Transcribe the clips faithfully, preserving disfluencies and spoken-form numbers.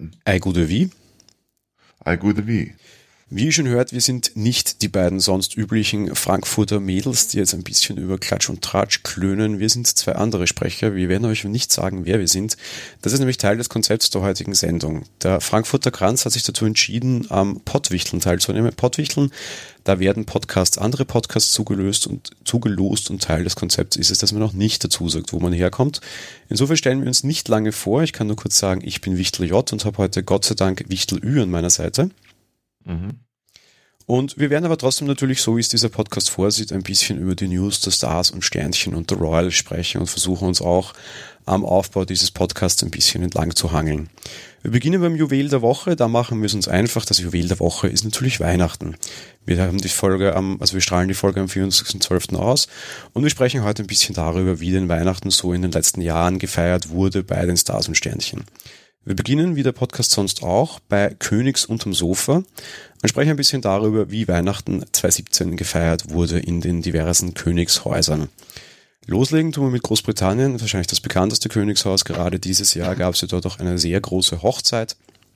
Ei gute wie? Ei gute wie. Wie ihr schon hört, wir sind nicht die beiden sonst üblichen Frankfurter Mädels, die jetzt ein bisschen über Klatsch und Tratsch klönen. Wir sind zwei andere Sprecher. Wir werden euch nicht sagen, wer wir sind. Das ist nämlich Teil des Konzepts der heutigen Sendung. Der Frankfurter Kranz hat sich dazu entschieden, am Pottwichteln teilzunehmen. Pottwichteln, da werden Podcasts, andere Podcasts zugelöst und zugelost und Teil des Konzepts ist es, dass man noch nicht dazu sagt, wo man herkommt. Insofern stellen wir uns nicht lange vor. Ich kann nur kurz sagen, ich bin Wichtel J und habe heute Gott sei Dank Wichtel Ü an meiner Seite. Mhm. Und wir werden aber trotzdem natürlich, so wie es dieser Podcast vorsieht, ein bisschen über die News der Stars und Sternchen und der Royal sprechen und versuchen uns auch am Aufbau dieses Podcasts ein bisschen entlang zu hangeln. Wir beginnen beim Juwel der Woche, da machen wir es uns einfach. Das Juwel der Woche ist natürlich Weihnachten. Wir haben die Folge am, also wir strahlen die Folge am vierundzwanzigsten zwölften aus und wir sprechen heute ein bisschen darüber, wie denn Weihnachten so in den letzten Jahren gefeiert wurde bei den Stars und Sternchen. Wir beginnen, wie der Podcast sonst auch, bei Königs unterm Sofa und sprechen ein bisschen darüber, wie Weihnachten zwanzig siebzehn gefeiert wurde in den diversen Königshäusern. Loslegen tun wir mit Großbritannien, wahrscheinlich das bekannteste Königshaus. Gerade dieses Jahr gab es ja dort auch eine sehr große Hochzeit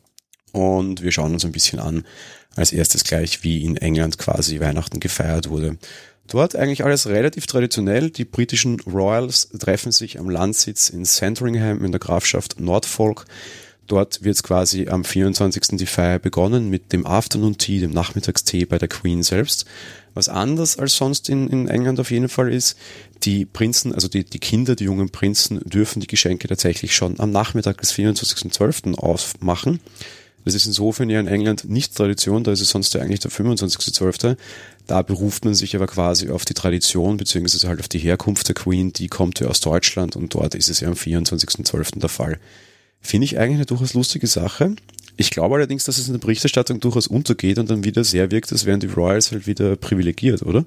und wir schauen uns ein bisschen an, als erstes gleich, wie in England quasi Weihnachten gefeiert wurde. Dort eigentlich alles relativ traditionell. Die britischen Royals treffen sich am Landsitz in Sandringham in der Grafschaft Norfolk. Dort wird quasi am vierundzwanzigsten die Feier begonnen mit dem Afternoon Tea, dem Nachmittagstee bei der Queen selbst. Was anders als sonst in, in England auf jeden Fall ist, die Prinzen, also die, die Kinder, die jungen Prinzen, dürfen die Geschenke tatsächlich schon am Nachmittag des vierundzwanzigsten zwölften aufmachen. Das ist insofern ja in England nicht Tradition, da ist es sonst ja eigentlich der fünfundzwanzigste zwölfte Da beruft man sich aber quasi auf die Tradition, beziehungsweise halt auf die Herkunft der Queen, die kommt ja aus Deutschland und dort ist es ja am vierundzwanzigsten zwölften der Fall. Finde ich eigentlich eine durchaus lustige Sache. Ich glaube allerdings, dass es in der Berichterstattung durchaus untergeht und dann wieder sehr wirkt, als wären die Royals halt wieder privilegiert, oder?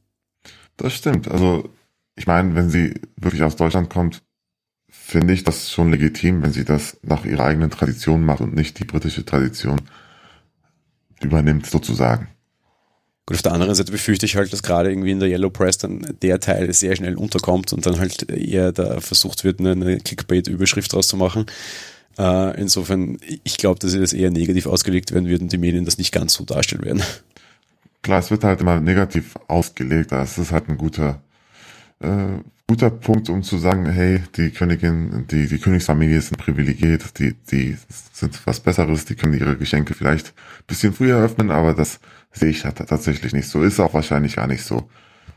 Das stimmt. Also ich meine, wenn sie wirklich aus Deutschland kommt, finde ich das schon legitim, wenn sie das nach ihrer eigenen Tradition macht und nicht die britische Tradition übernimmt, sozusagen. Gut, auf der anderen Seite befürchte ich halt, dass gerade irgendwie in der Yellow Press dann der Teil sehr schnell unterkommt und dann halt eher da versucht wird, eine, eine Clickbait-Überschrift draus zu machen. Äh, insofern, ich glaube, dass das eher negativ ausgelegt werden wird und die Medien das nicht ganz so darstellen werden. Klar, es wird halt immer negativ ausgelegt, das ist halt ein guter äh, guter Punkt, um zu sagen, hey, die Königin, die, die Königsfamilie sind privilegiert, die, die sind was Besseres, die können ihre Geschenke vielleicht ein bisschen früher öffnen, aber das sehe ich halt tatsächlich nicht so. Ist auch wahrscheinlich gar nicht so.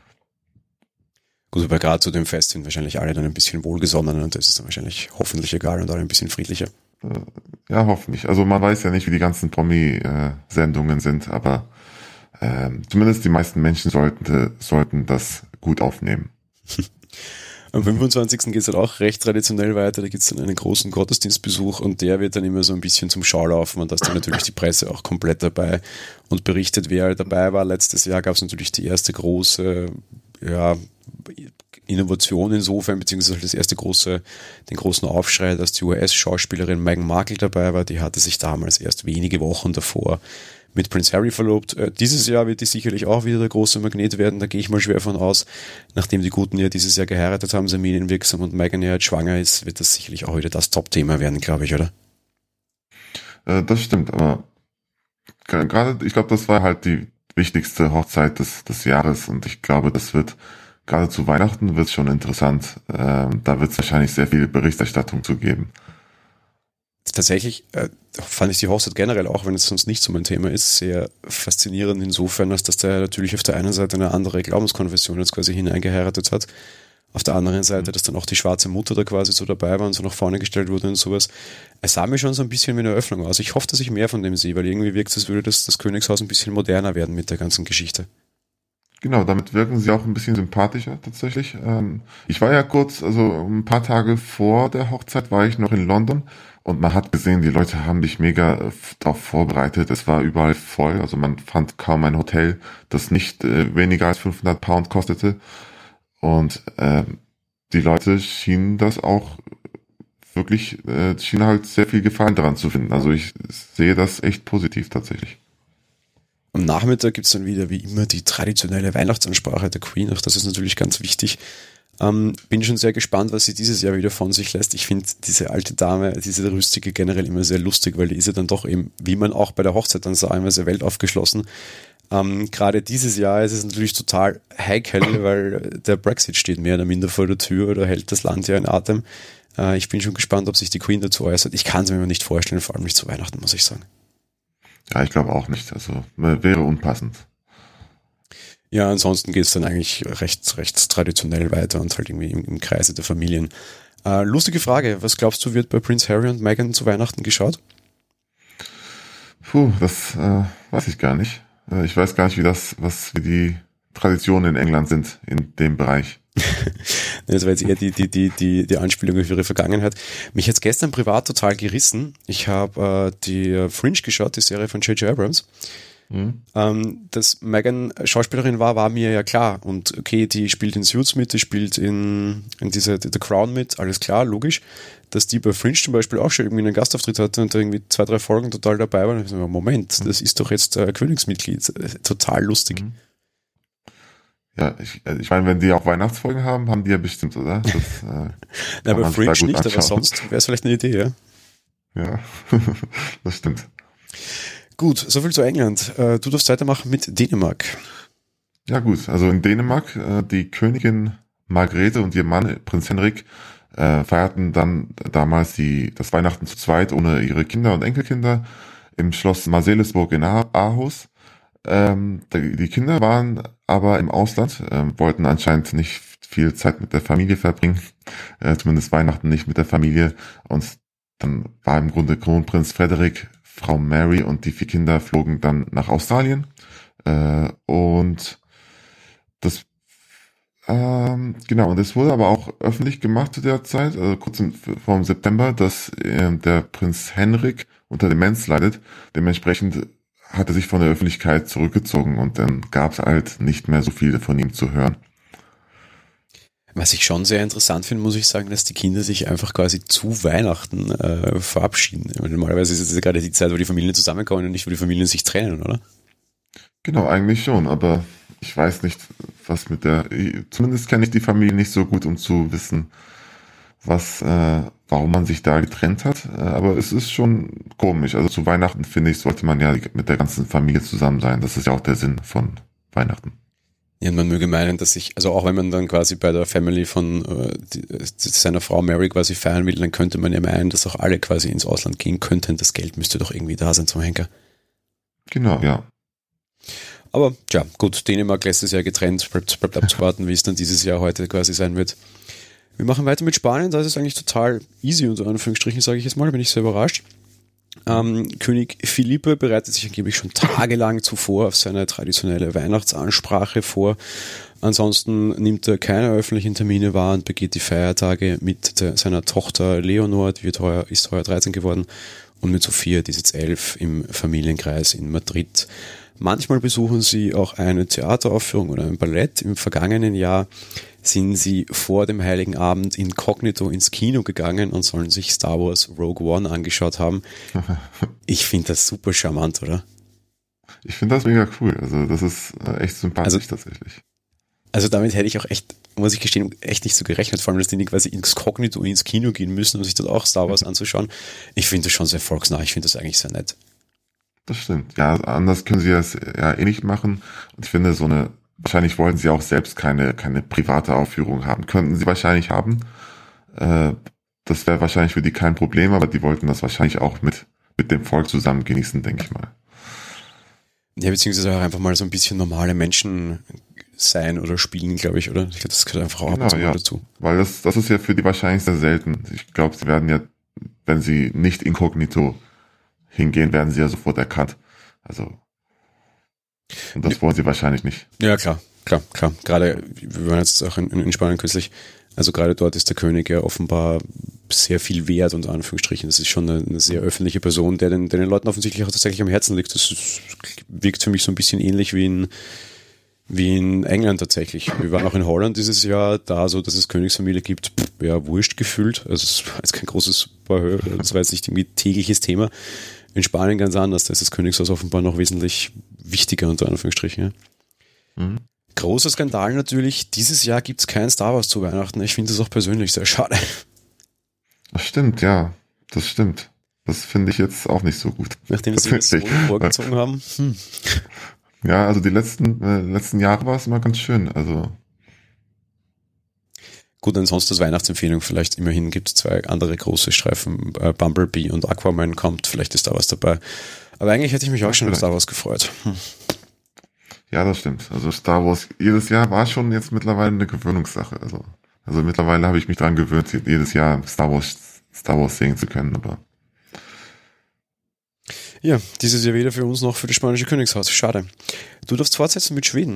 Gut, aber gerade zu dem Fest sind wahrscheinlich alle dann ein bisschen wohlgesonnen und das ist dann wahrscheinlich hoffentlich egal und alle ein bisschen friedlicher. Ja, hoffentlich. Also man weiß ja nicht, wie die ganzen Promi-Sendungen sind, aber äh, zumindest die meisten Menschen sollten, sollten das gut aufnehmen. Am fünfundzwanzigsten geht es halt auch recht traditionell weiter, da gibt es dann einen großen Gottesdienstbesuch und der wird dann immer so ein bisschen zum Schaulaufen und da ist dann natürlich die Presse auch komplett dabei und berichtet, wer dabei war. Letztes Jahr gab es natürlich die erste große ja, Innovation insofern, beziehungsweise das erste große, den großen Aufschrei, dass die U S-Schauspielerin Meghan Markle dabei war, die hatte sich damals erst wenige Wochen davor mit Prince Harry verlobt. Äh, dieses Jahr wird die sicherlich auch wieder der große Magnet werden, da gehe ich mal schwer von aus. Nachdem die Guten ja dieses Jahr geheiratet haben, sehr medienwirksam und Meghan ja jetzt schwanger ist, wird das sicherlich auch wieder das Top-Thema werden, glaube ich, oder? Äh, das stimmt, aber gerade, ich glaube, das war halt die wichtigste Hochzeit des, des Jahres und ich glaube, das wird, gerade zu Weihnachten wird es schon interessant. Äh, da wird es wahrscheinlich sehr viel Berichterstattung zu geben. Tatsächlich äh, fand ich die Hochzeit generell, auch wenn es sonst nicht so mein Thema ist, sehr faszinierend insofern, als dass der natürlich auf der einen Seite eine andere Glaubenskonfession jetzt quasi hineingeheiratet hat, auf der anderen Seite, dass dann auch die schwarze Mutter da quasi so dabei war und so nach vorne gestellt wurde und sowas. Es sah mir schon so ein bisschen wie eine Eröffnung aus. Ich hoffe, dass ich mehr von dem sehe, weil irgendwie wirkt es, als würde das, das Königshaus ein bisschen moderner werden mit der ganzen Geschichte. Genau, damit wirken sie auch ein bisschen sympathischer tatsächlich. Ähm, ich war ja kurz, also ein paar Tage vor der Hochzeit war ich noch in London und man hat gesehen, die Leute haben sich mega darauf vorbereitet. Es war überall voll, also man fand kaum ein Hotel, das nicht äh, weniger als fünfhundert Pound kostete. Und äh, die Leute schienen das auch wirklich, äh, schienen halt sehr viel Gefallen daran zu finden. Also ich sehe das echt positiv tatsächlich. Am Nachmittag gibt's dann wieder wie immer die traditionelle Weihnachtsansprache der Queen, auch das ist natürlich ganz wichtig. Ähm, bin schon sehr gespannt, was sie dieses Jahr wieder von sich lässt. Ich finde diese alte Dame, diese Rüstige generell immer sehr lustig, weil die ist ja dann doch eben, wie man auch bei der Hochzeit dann sah, immer sehr weltaufgeschlossen. Ähm, gerade dieses Jahr ist es natürlich total heikel, weil der Brexit steht mehr oder minder vor der Tür oder hält das Land ja in Atem. Äh, ich bin schon gespannt, ob sich die Queen dazu äußert. Ich kann es mir nicht vorstellen, vor allem nicht zu Weihnachten, muss ich sagen. Ja, ich glaube auch nicht. Also wäre unpassend. Ja, ansonsten geht es dann eigentlich recht, recht traditionell weiter und halt irgendwie im, im Kreise der Familien. Äh, lustige Frage, was glaubst du, wird bei Prince Harry und Meghan zu Weihnachten geschaut? Puh, das äh, weiß ich gar nicht. Äh, ich weiß gar nicht, wie das, was wie die Traditionen in England sind in dem Bereich. Das war jetzt eher die, die, die, die, die Anspielung auf ihre Vergangenheit. Mich hat es gestern privat total gerissen. Ich habe äh, die Fringe geschaut, die Serie von J J Abrams. Mhm. Ähm, dass Meghan Schauspielerin war, war mir ja klar. Und okay, die spielt in Suits mit, die spielt in, in diese The Crown mit, alles klar, logisch. Dass die bei Fringe zum Beispiel auch schon irgendwie einen Gastauftritt hatte und da irgendwie zwei, drei Folgen total dabei war. Und ich so, Moment, mhm. das ist doch jetzt äh, Königsmitglied. Total lustig. Mhm. Ja, ich, ich meine, wenn die auch Weihnachtsfolgen haben, haben die ja bestimmt, oder? Das, äh, ja, bei Fringe nicht, anschauen. Aber sonst wäre es vielleicht eine Idee, ja? Ja, das stimmt. Gut, soviel zu England. Du darfst weitermachen mit Dänemark. Ja gut, also in Dänemark, die Königin Margrethe und ihr Mann, Prinz Henrik, feierten dann damals die, das Weihnachten zu zweit ohne ihre Kinder und Enkelkinder im Schloss Marselisburg in Aarhus. Die Kinder waren aber im Ausland, wollten anscheinend nicht viel Zeit mit der Familie verbringen, zumindest Weihnachten nicht mit der Familie. Und dann war im Grunde Kronprinz Frederik, Frau Mary und die vier Kinder flogen dann nach Australien. Äh, und das, ähm, genau, und es wurde aber auch öffentlich gemacht zu der Zeit, also kurz im, vor dem September, dass äh, der Prinz Henrik unter Demenz leidet. Dementsprechend hat er sich von der Öffentlichkeit zurückgezogen und dann gab es halt nicht mehr so viel von ihm zu hören. Was ich schon sehr interessant finde, muss ich sagen, dass die Kinder sich einfach quasi zu Weihnachten äh, verabschieden. Normalerweise ist es ja gerade die Zeit, wo die Familien zusammenkommen und nicht, wo die Familien sich trennen, oder? Genau, eigentlich schon, aber ich weiß nicht, was mit der, zumindest kenne ich die Familie nicht so gut, um zu wissen, was, äh, warum man sich da getrennt hat, aber es ist schon komisch. Also zu Weihnachten, finde ich, sollte man ja mit der ganzen Familie zusammen sein. Das ist ja auch der Sinn von Weihnachten. Ja, man möge meinen, dass ich, also auch wenn man dann quasi bei der Family von äh, die, seiner Frau Mary quasi feiern will, dann könnte man ja meinen, dass auch alle quasi ins Ausland gehen könnten. Das Geld müsste doch irgendwie da sein zum Henker. Genau, ja. Aber tja, gut, Dänemark lässt es ja getrennt, bleibt, bleibt abzuwarten, wie es dann dieses Jahr heute quasi sein wird. Wir machen weiter mit Spanien, da ist es eigentlich total easy, unter Anführungsstrichen, sage ich jetzt mal, da bin ich sehr überrascht. Ähm, König Felipe bereitet sich angeblich schon tagelang zuvor auf seine traditionelle Weihnachtsansprache vor. Ansonsten nimmt er keine öffentlichen Termine wahr und begeht die Feiertage mit der, seiner Tochter Leonor, die wird heuer, ist heuer dreizehn geworden, und mit Sophia, die ist jetzt elf, im Familienkreis in Madrid. Manchmal besuchen sie auch eine Theateraufführung oder ein Ballett. Im vergangenen Jahr sind sie vor dem Heiligen Abend inkognito ins Kino gegangen und sollen sich Star Wars Rogue One angeschaut haben. Ich finde das super charmant, oder? Ich finde das mega cool. Also das ist echt sympathisch also, tatsächlich. Also damit hätte ich auch echt, muss ich gestehen, echt nicht so gerechnet, vor allem, dass die quasi inkognito ins Kino gehen müssen, um sich dort auch Star Wars anzuschauen. Ich finde das schon sehr volksnah, ich finde das eigentlich sehr nett. Das stimmt. Ja, anders können sie das ja eh nicht machen. Und ich finde, so eine, wahrscheinlich wollen sie auch selbst keine, keine private Aufführung haben. Könnten sie wahrscheinlich haben. Äh, das wäre wahrscheinlich für die kein Problem, aber die wollten das wahrscheinlich auch mit, mit dem Volk zusammen genießen, denke ich mal. Ja, beziehungsweise auch einfach mal so ein bisschen normale Menschen sein oder spielen, glaube ich, oder? Ich glaube, das gehört einfach auch genau, ja. dazu. Weil das, das ist ja für die wahrscheinlich sehr selten. Ich glaube, sie werden ja, wenn sie nicht inkognito hingehen, werden sie ja sofort erkannt. Also, und das wollen sie wahrscheinlich nicht. Ja, klar, klar, klar. Gerade, wir waren jetzt auch in, in Spanien kürzlich, also gerade dort ist der König ja offenbar sehr viel wert, unter Anführungsstrichen. Das ist schon eine, eine sehr öffentliche Person, der den, der den Leuten offensichtlich auch tatsächlich am Herzen liegt. Das ist, wirkt für mich so ein bisschen ähnlich wie in, wie in England tatsächlich. Wir waren auch in Holland dieses Jahr, da so, dass es Königsfamilie gibt, pff, ja, wurscht gefühlt. Also es war jetzt kein großes, das war jetzt nicht irgendwie tägliches Thema. In Spanien ganz anders, da ist das Königshaus offenbar noch wesentlich wichtiger, unter Anführungsstrichen. Ja. Mhm. großer Skandal natürlich, dieses Jahr gibt's kein Star Wars zu Weihnachten. Ich finde das auch persönlich sehr schade. Das stimmt, ja. Das stimmt. Das finde ich jetzt auch nicht so gut. Nachdem sie das so vorgezogen haben. Hm. Ja, also die letzten, äh, letzten Jahre war es immer ganz schön. Also gut, ansonsten als Weihnachtsempfehlung vielleicht immerhin gibt es zwei andere große Streifen. Äh, Bumblebee und Aquaman kommt. Vielleicht ist da was dabei. Aber eigentlich hätte ich mich auch ja, schon auf Star Wars gefreut. Hm. Ja, das stimmt. Also Star Wars jedes Jahr war schon jetzt mittlerweile eine Gewöhnungssache. Also, also mittlerweile habe ich mich daran gewöhnt, jedes Jahr Star Wars, Star Wars sehen zu können. Aber ja, dieses Jahr weder für uns noch für das spanische Königshaus. Schade. Du darfst fortsetzen mit Schweden.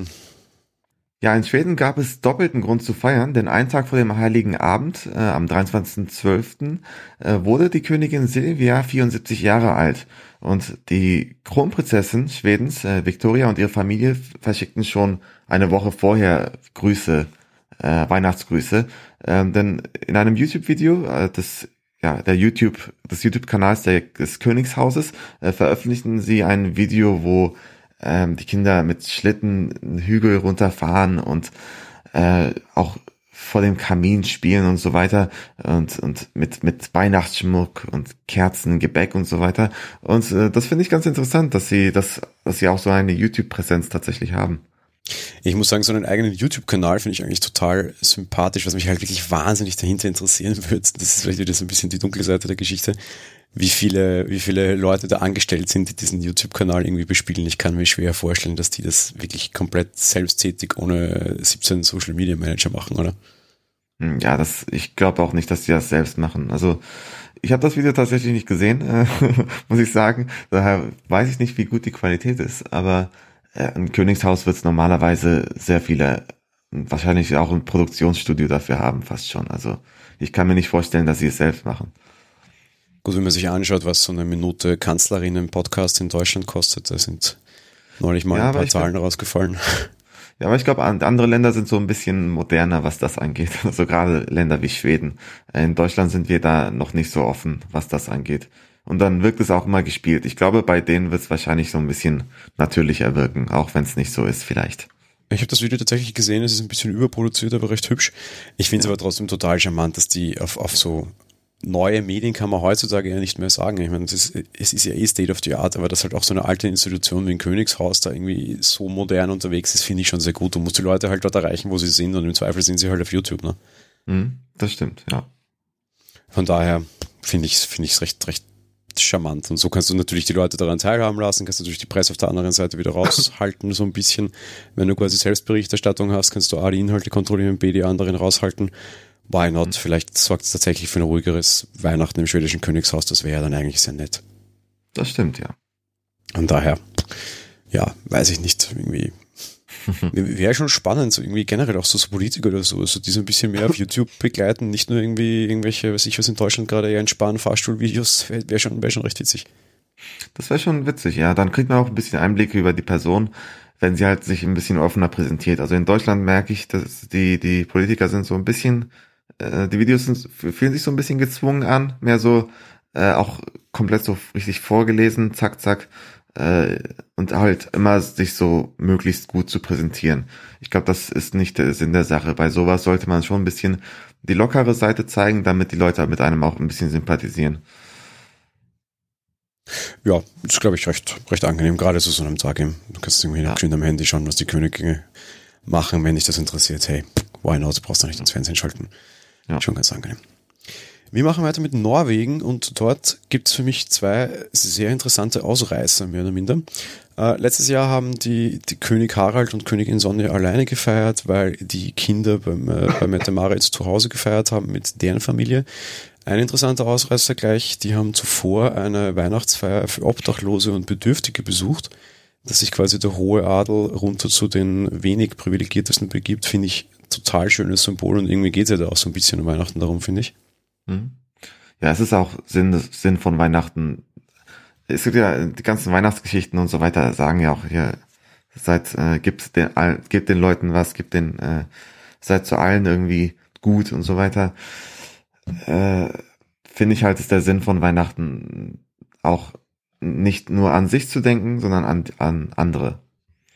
Ja, in Schweden gab es doppelten Grund zu feiern, denn einen Tag vor dem Heiligen Abend, äh, am dreiundzwanzigsten zwölften, äh, wurde die Königin Silvia vierundsiebzig Jahre alt. Und die Kronprinzessin Schwedens, äh, Victoria, und ihre Familie verschickten schon eine Woche vorher Grüße, äh, Weihnachtsgrüße. Ähm, denn in einem YouTube-Video, äh, das ja, der YouTube, des YouTube-Kanals der, des Königshauses, äh, veröffentlichten sie ein Video, wo ähm, die Kinder mit Schlitten einen Hügel runterfahren und äh, auch vor dem Kamin spielen und so weiter und und mit mit Weihnachtsschmuck und Kerzen, Gebäck und so weiter. Und äh, das finde ich ganz interessant, dass sie das, dass sie auch so eine YouTube-Präsenz tatsächlich haben. Ich muss sagen, so einen eigenen YouTube-Kanal finde ich eigentlich total sympathisch, was mich halt wirklich wahnsinnig dahinter interessieren würde. Das ist vielleicht wieder so ein bisschen die dunkle Seite der Geschichte, wie viele, wie viele Leute da angestellt sind, die diesen YouTube-Kanal irgendwie bespielen. Ich kann mir schwer vorstellen, dass die das wirklich komplett selbsttätig ohne siebzehn Social-Media-Manager machen, oder? Ja, das, ich glaube auch nicht, dass die das selbst machen. Also ich habe das Video tatsächlich nicht gesehen, äh, muss ich sagen. Daher weiß ich nicht, wie gut die Qualität ist, aber ein Königshaus wird es normalerweise sehr viele, wahrscheinlich auch ein Produktionsstudio dafür haben, fast schon. Also ich kann mir nicht vorstellen, dass sie es selbst machen. Gut, wenn man sich anschaut, was so eine Minute Kanzlerinnen-Podcast in Deutschland kostet, da sind neulich mal ja, ein paar Zahlen glaub, rausgefallen. Ja, aber ich glaube, andere Länder sind so ein bisschen moderner, was das angeht. Also gerade Länder wie Schweden. In Deutschland sind wir da noch nicht so offen, was das angeht. Und dann wirkt es auch immer gespielt. Ich glaube, bei denen wird es wahrscheinlich so ein bisschen natürlicher wirken, auch wenn es nicht so ist vielleicht. Ich habe das Video tatsächlich gesehen, es ist ein bisschen überproduziert, aber recht hübsch. Ich finde es ja. aber trotzdem total charmant, dass die auf, auf so neue Medien kann man heutzutage ja nicht mehr sagen. Ich meine, es ist, es ist ja eh State of the Art, aber dass halt auch so eine alte Institution wie ein Königshaus da irgendwie so modern unterwegs ist, finde ich schon sehr gut. Du musst die Leute halt dort erreichen, wo sie sind, und im Zweifel sind sie halt auf YouTube, ne? Mhm, das stimmt, ja. Von daher finde ich es finde ich es recht, recht charmant. Und so kannst du natürlich die Leute daran teilhaben lassen, kannst natürlich die Presse auf der anderen Seite wieder raushalten, so ein bisschen. Wenn du quasi Selbstberichterstattung hast, kannst du A, die Inhalte kontrollieren, B, die anderen raushalten. Why not? Vielleicht sorgt es tatsächlich für ein ruhigeres Weihnachten im schwedischen Königshaus. Das wäre ja dann eigentlich sehr nett. Das stimmt, ja. Und daher, ja, weiß ich nicht, irgendwie wäre schon spannend, so irgendwie generell auch so, so Politiker oder so, so die so ein bisschen mehr auf YouTube begleiten, nicht nur irgendwie irgendwelche, weiß ich was in Deutschland gerade eher entspannen, Fahrstuhlvideos, wäre schon, wäre schon recht witzig. Das wäre schon witzig, ja. Dann kriegt man auch ein bisschen Einblicke über die Person, wenn sie halt sich ein bisschen offener präsentiert. Also in Deutschland merke ich, dass die, die Politiker sind so ein bisschen, äh, die Videos sind, fühlen sich so ein bisschen gezwungen an, mehr so, äh, auch komplett so richtig vorgelesen, zack, zack, äh, und halt immer sich so möglichst gut zu präsentieren. Ich glaube, das ist nicht der Sinn der Sache. Bei sowas sollte man schon ein bisschen die lockere Seite zeigen, damit die Leute mit einem auch ein bisschen sympathisieren. Ja, das ist, glaube ich, recht, recht angenehm, gerade zu so einem Tag eben. Du kannst irgendwie ja. schön am Handy schauen, was die Könige machen, wenn dich das interessiert. Hey, why not? Du brauchst da nicht ins Fernsehen schalten. Ja. Schon ganz angenehm. Wir machen weiter mit Norwegen, und dort gibt es für mich zwei sehr interessante Ausreißer, mehr oder minder. Äh, letztes Jahr haben die, die König Harald und Königin Sonja alleine gefeiert, weil die Kinder beim, äh, bei Mette-Marit zu Hause gefeiert haben mit deren Familie. Ein interessanter Ausreißer gleich, die haben zuvor eine Weihnachtsfeier für Obdachlose und Bedürftige besucht, dass sich quasi der hohe Adel runter zu den wenig privilegiertesten begibt, finde ich total schönes Symbol, und irgendwie geht es ja da auch so ein bisschen um Weihnachten darum, finde ich. Ja, es ist auch Sinn, Sinn von Weihnachten. Es gibt ja die ganzen Weihnachtsgeschichten und so weiter, sagen ja auch hier, seid, äh, gibt den, gebt den Leuten was, gibt den, äh, seid zu allen irgendwie gut und so weiter. Äh, finde ich halt, ist der Sinn von Weihnachten auch nicht nur an sich zu denken, sondern an, an andere.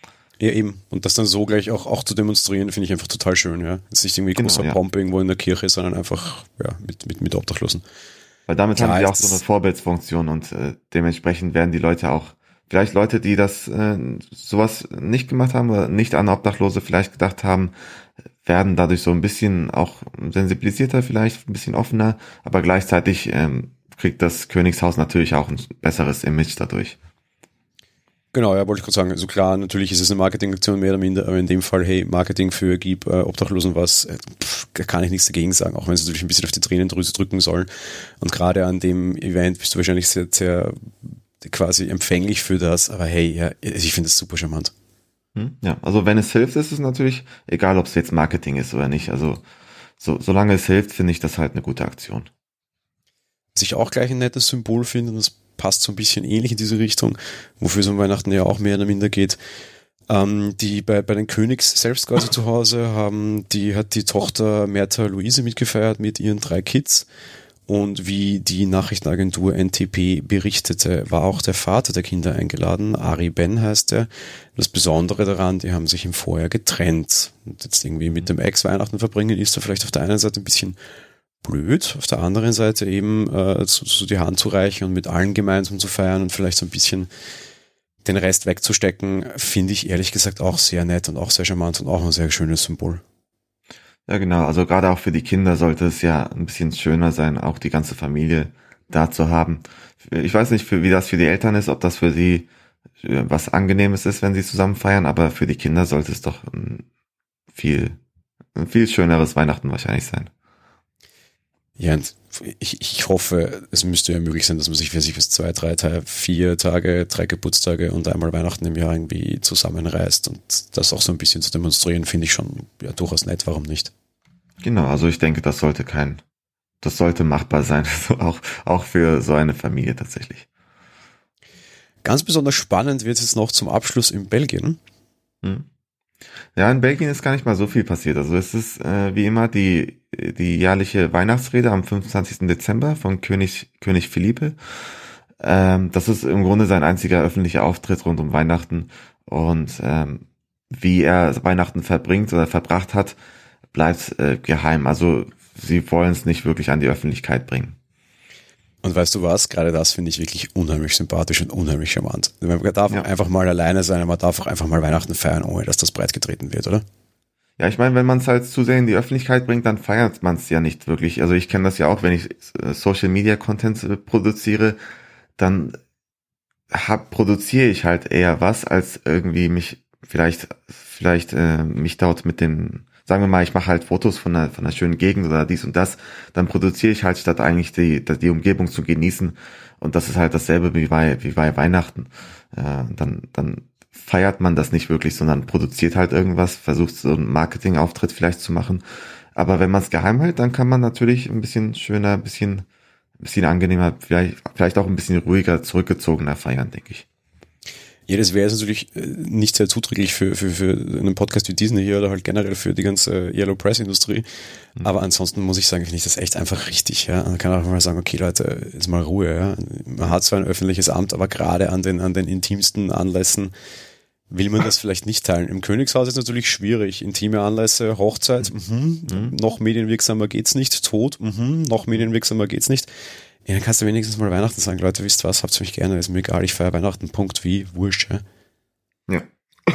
Ja, eben. Und das dann so gleich auch, auch zu demonstrieren, finde ich einfach total schön, ja. Jetzt nicht irgendwie Genau, großer ja. Pomp irgendwo in der Kirche, sondern einfach, ja, mit, mit, mit Obdachlosen. Weil damit Klar, haben sie auch jetzt- so eine Vorbildsfunktion und äh, dementsprechend werden die Leute auch, vielleicht Leute, die das äh, sowas nicht gemacht haben oder nicht an Obdachlose vielleicht gedacht haben, werden dadurch so ein bisschen auch sensibilisierter, vielleicht ein bisschen offener, aber gleichzeitig ähm, kriegt das Königshaus natürlich auch ein besseres Image dadurch. Genau, ja, wollte ich gerade sagen. Also klar, natürlich ist es eine Marketingaktion mehr oder minder, aber in dem Fall, hey, Marketing für gib äh, Obdachlosen was, äh, pff, da kann ich nichts dagegen sagen, auch wenn es natürlich ein bisschen auf die Tränendrüse drücken soll. Und gerade an dem Event bist du wahrscheinlich sehr, sehr quasi empfänglich für das, aber hey, ja, ich finde das super charmant. Hm? Ja, also wenn es hilft, ist es natürlich egal, ob es jetzt Marketing ist oder nicht. Also so, solange es hilft, finde ich das halt eine gute Aktion. Was ich auch gleich ein nettes Symbol finde, und das passt so ein bisschen ähnlich in diese Richtung, wofür es um Weihnachten ja auch mehr oder minder geht. Ähm, die bei, bei den Königs selbst quasi zu Hause haben, die hat die Tochter Märtha Luise mitgefeiert mit ihren drei Kids. Und wie die Nachrichtenagentur N T P berichtete, war auch der Vater der Kinder eingeladen. Ari Ben heißt er. Das Besondere daran, die haben sich im Vorjahr getrennt. Und jetzt irgendwie mit dem Ex Weihnachten verbringen, ist da vielleicht auf der einen Seite ein bisschen blöd, auf der anderen Seite eben äh, so, so die Hand zu reichen und mit allen gemeinsam zu feiern und vielleicht so ein bisschen den Rest wegzustecken, finde ich ehrlich gesagt auch sehr nett und auch sehr charmant und auch ein sehr schönes Symbol. Ja, genau. Also gerade auch für die Kinder sollte es ja ein bisschen schöner sein, auch die ganze Familie da zu haben. Ich weiß nicht, für, wie das für die Eltern ist, ob das für sie äh, was Angenehmes ist, wenn sie zusammen feiern, aber für die Kinder sollte es doch ein viel, ein viel schöneres Weihnachten wahrscheinlich sein. Ja, und ich, ich hoffe, es müsste ja möglich sein, dass man sich für sich bis zwei, drei, Tage, vier Tage, drei Geburtstage und einmal Weihnachten im Jahr irgendwie zusammenreißt und das auch so ein bisschen zu demonstrieren, finde ich schon ja, durchaus nett, warum nicht? Genau, also ich denke, das sollte kein, das sollte machbar sein, auch, auch für so eine Familie tatsächlich. Ganz besonders spannend wird es jetzt noch zum Abschluss in Belgien. Hm. Ja, in Belgien ist gar nicht mal so viel passiert. Also es ist äh, wie immer die die jährliche Weihnachtsrede am fünfundzwanzigsten Dezember von König König Philippe. Ähm, das ist im Grunde sein einziger öffentlicher Auftritt rund um Weihnachten und ähm, wie er Weihnachten verbringt oder verbracht hat, bleibt äh, geheim. Also sie wollen es nicht wirklich an die Öffentlichkeit bringen. Und weißt du was? Gerade das finde ich wirklich unheimlich sympathisch und unheimlich charmant. Man darf Ja. einfach mal alleine sein, man darf auch einfach mal Weihnachten feiern, ohne dass das breitgetreten wird, oder? Ja, ich meine, wenn man es halt zu sehr in die Öffentlichkeit bringt, dann feiert man es ja nicht wirklich. Also ich kenne das ja auch, wenn ich äh, Social Media Content äh, produziere, dann hab, produziere ich halt eher was, als irgendwie mich vielleicht, vielleicht äh, mich dort mit dem, sagen wir mal, ich mache halt Fotos von einer, von einer schönen Gegend oder dies und das, dann produziere ich halt, statt eigentlich die, die Umgebung zu genießen. Und das ist halt dasselbe wie bei, wie bei Weihnachten. Äh, dann, dann feiert man das nicht wirklich, sondern produziert halt irgendwas, versucht so einen Marketingauftritt vielleicht zu machen. Aber wenn man es geheim hält, dann kann man natürlich ein bisschen schöner, ein bisschen, ein bisschen angenehmer, vielleicht, vielleicht auch ein bisschen ruhiger, zurückgezogener feiern, denke ich. Ja, das wäre jetzt natürlich äh, nicht sehr zuträglich für, für, für einen Podcast wie diesen hier oder halt generell für die ganze Yellow Press Industrie. Mhm. Aber ansonsten muss ich sagen, finde ich das echt einfach richtig. Ja, man kann auch mal sagen, okay Leute, jetzt mal Ruhe. Ja, man hat zwar ein öffentliches Amt, aber gerade an den an den intimsten Anlässen will man das vielleicht nicht teilen. Im Königshaus ist natürlich schwierig. Intime Anlässe, Hochzeit, mhm. Mhm. noch medienwirksamer geht's nicht. Tod, mhm. noch medienwirksamer geht's nicht. Ja, dann kannst du wenigstens mal Weihnachten sagen, Leute, wisst was, habt's mich gerne, ist mir egal, ich feiere Weihnachten, Punkt, wie, wurscht, ja. Ja.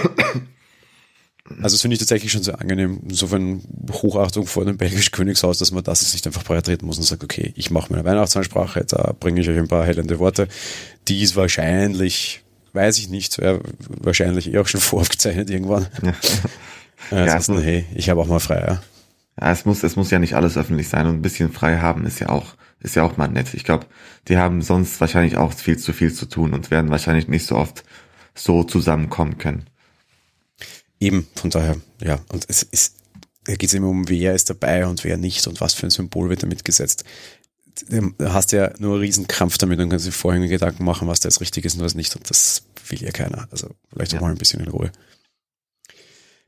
Also das finde ich tatsächlich schon sehr angenehm, insofern Hochachtung vor dem belgischen Königshaus, dass man das jetzt nicht einfach breitreten muss und sagt, okay, ich mache meine Weihnachtsansprache, da bringe ich euch ein paar hellende Worte, die ist wahrscheinlich, weiß ich nicht, wäre wahrscheinlich eh auch schon voraufgezeichnet irgendwann. Ja. Ja, ansonsten, ja, hey, ich habe auch mal frei, ja. Ja, es muss, es muss ja nicht alles öffentlich sein und ein bisschen frei haben ist ja auch, ist ja auch mal nett. Ich glaube, die haben sonst wahrscheinlich auch viel zu viel zu tun und werden wahrscheinlich nicht so oft so zusammenkommen können. Eben, von daher, ja. Und es ist, da geht es immer um, wer ist dabei und wer nicht und was für ein Symbol wird damit gesetzt. Da hast du ja nur einen riesen Krampf damit und kannst dir vorher Gedanken machen, was da jetzt richtig ist und was nicht. Und das will ja keiner. Also vielleicht auch ja. mal ein bisschen in Ruhe.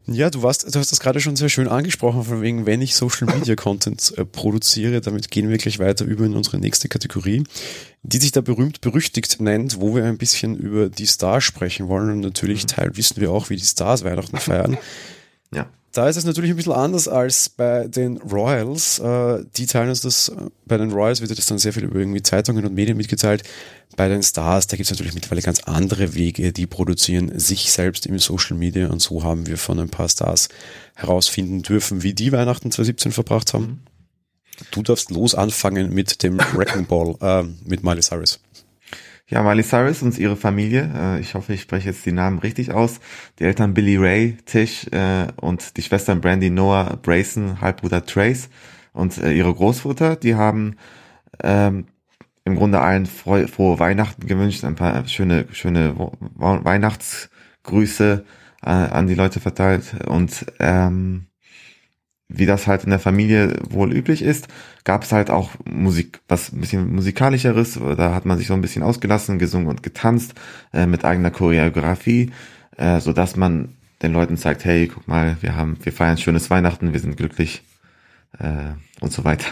Ja, du warst, du hast das gerade schon sehr schön angesprochen, von wegen, wenn ich Social Media Content äh, produziere, damit gehen wir gleich weiter über in unsere nächste Kategorie, die sich da berühmt berüchtigt nennt, wo wir ein bisschen über die Stars sprechen wollen und natürlich Teil wissen wir auch, wie die Stars Weihnachten feiern. Ja. Da ist es natürlich ein bisschen anders als bei den Royals. Äh, die teilen uns das, bei den Royals wird das dann sehr viel über irgendwie Zeitungen und Medien mitgeteilt. Bei den Stars, da gibt es natürlich mittlerweile ganz andere Wege, die produzieren sich selbst im Social Media und so haben wir von ein paar Stars herausfinden dürfen, wie die Weihnachten zwanzig siebzehn verbracht haben. Du darfst los anfangen mit dem Wrecking Ball, äh, mit Miley Cyrus. Ja, Miley Cyrus und ihre Familie, äh, ich hoffe, ich spreche jetzt die Namen richtig aus. Die Eltern Billy Ray, Tish äh, und die Schwestern Brandy, Noah, Brayson, Halbbruder Trace und äh, ihre Großmutter, die haben ähm, im Grunde allen frohe, frohe Weihnachten gewünscht, ein paar schöne schöne Weihnachtsgrüße äh, an die Leute verteilt und ähm, wie das halt in der Familie wohl üblich ist, gab es halt auch Musik, was ein bisschen musikalischeres. Da hat man sich so ein bisschen ausgelassen, gesungen und getanzt äh, mit eigener Choreografie, äh, so dass man den Leuten zeigt, hey, guck mal, wir haben, wir feiern ein schönes Weihnachten, wir sind glücklich äh, und so weiter.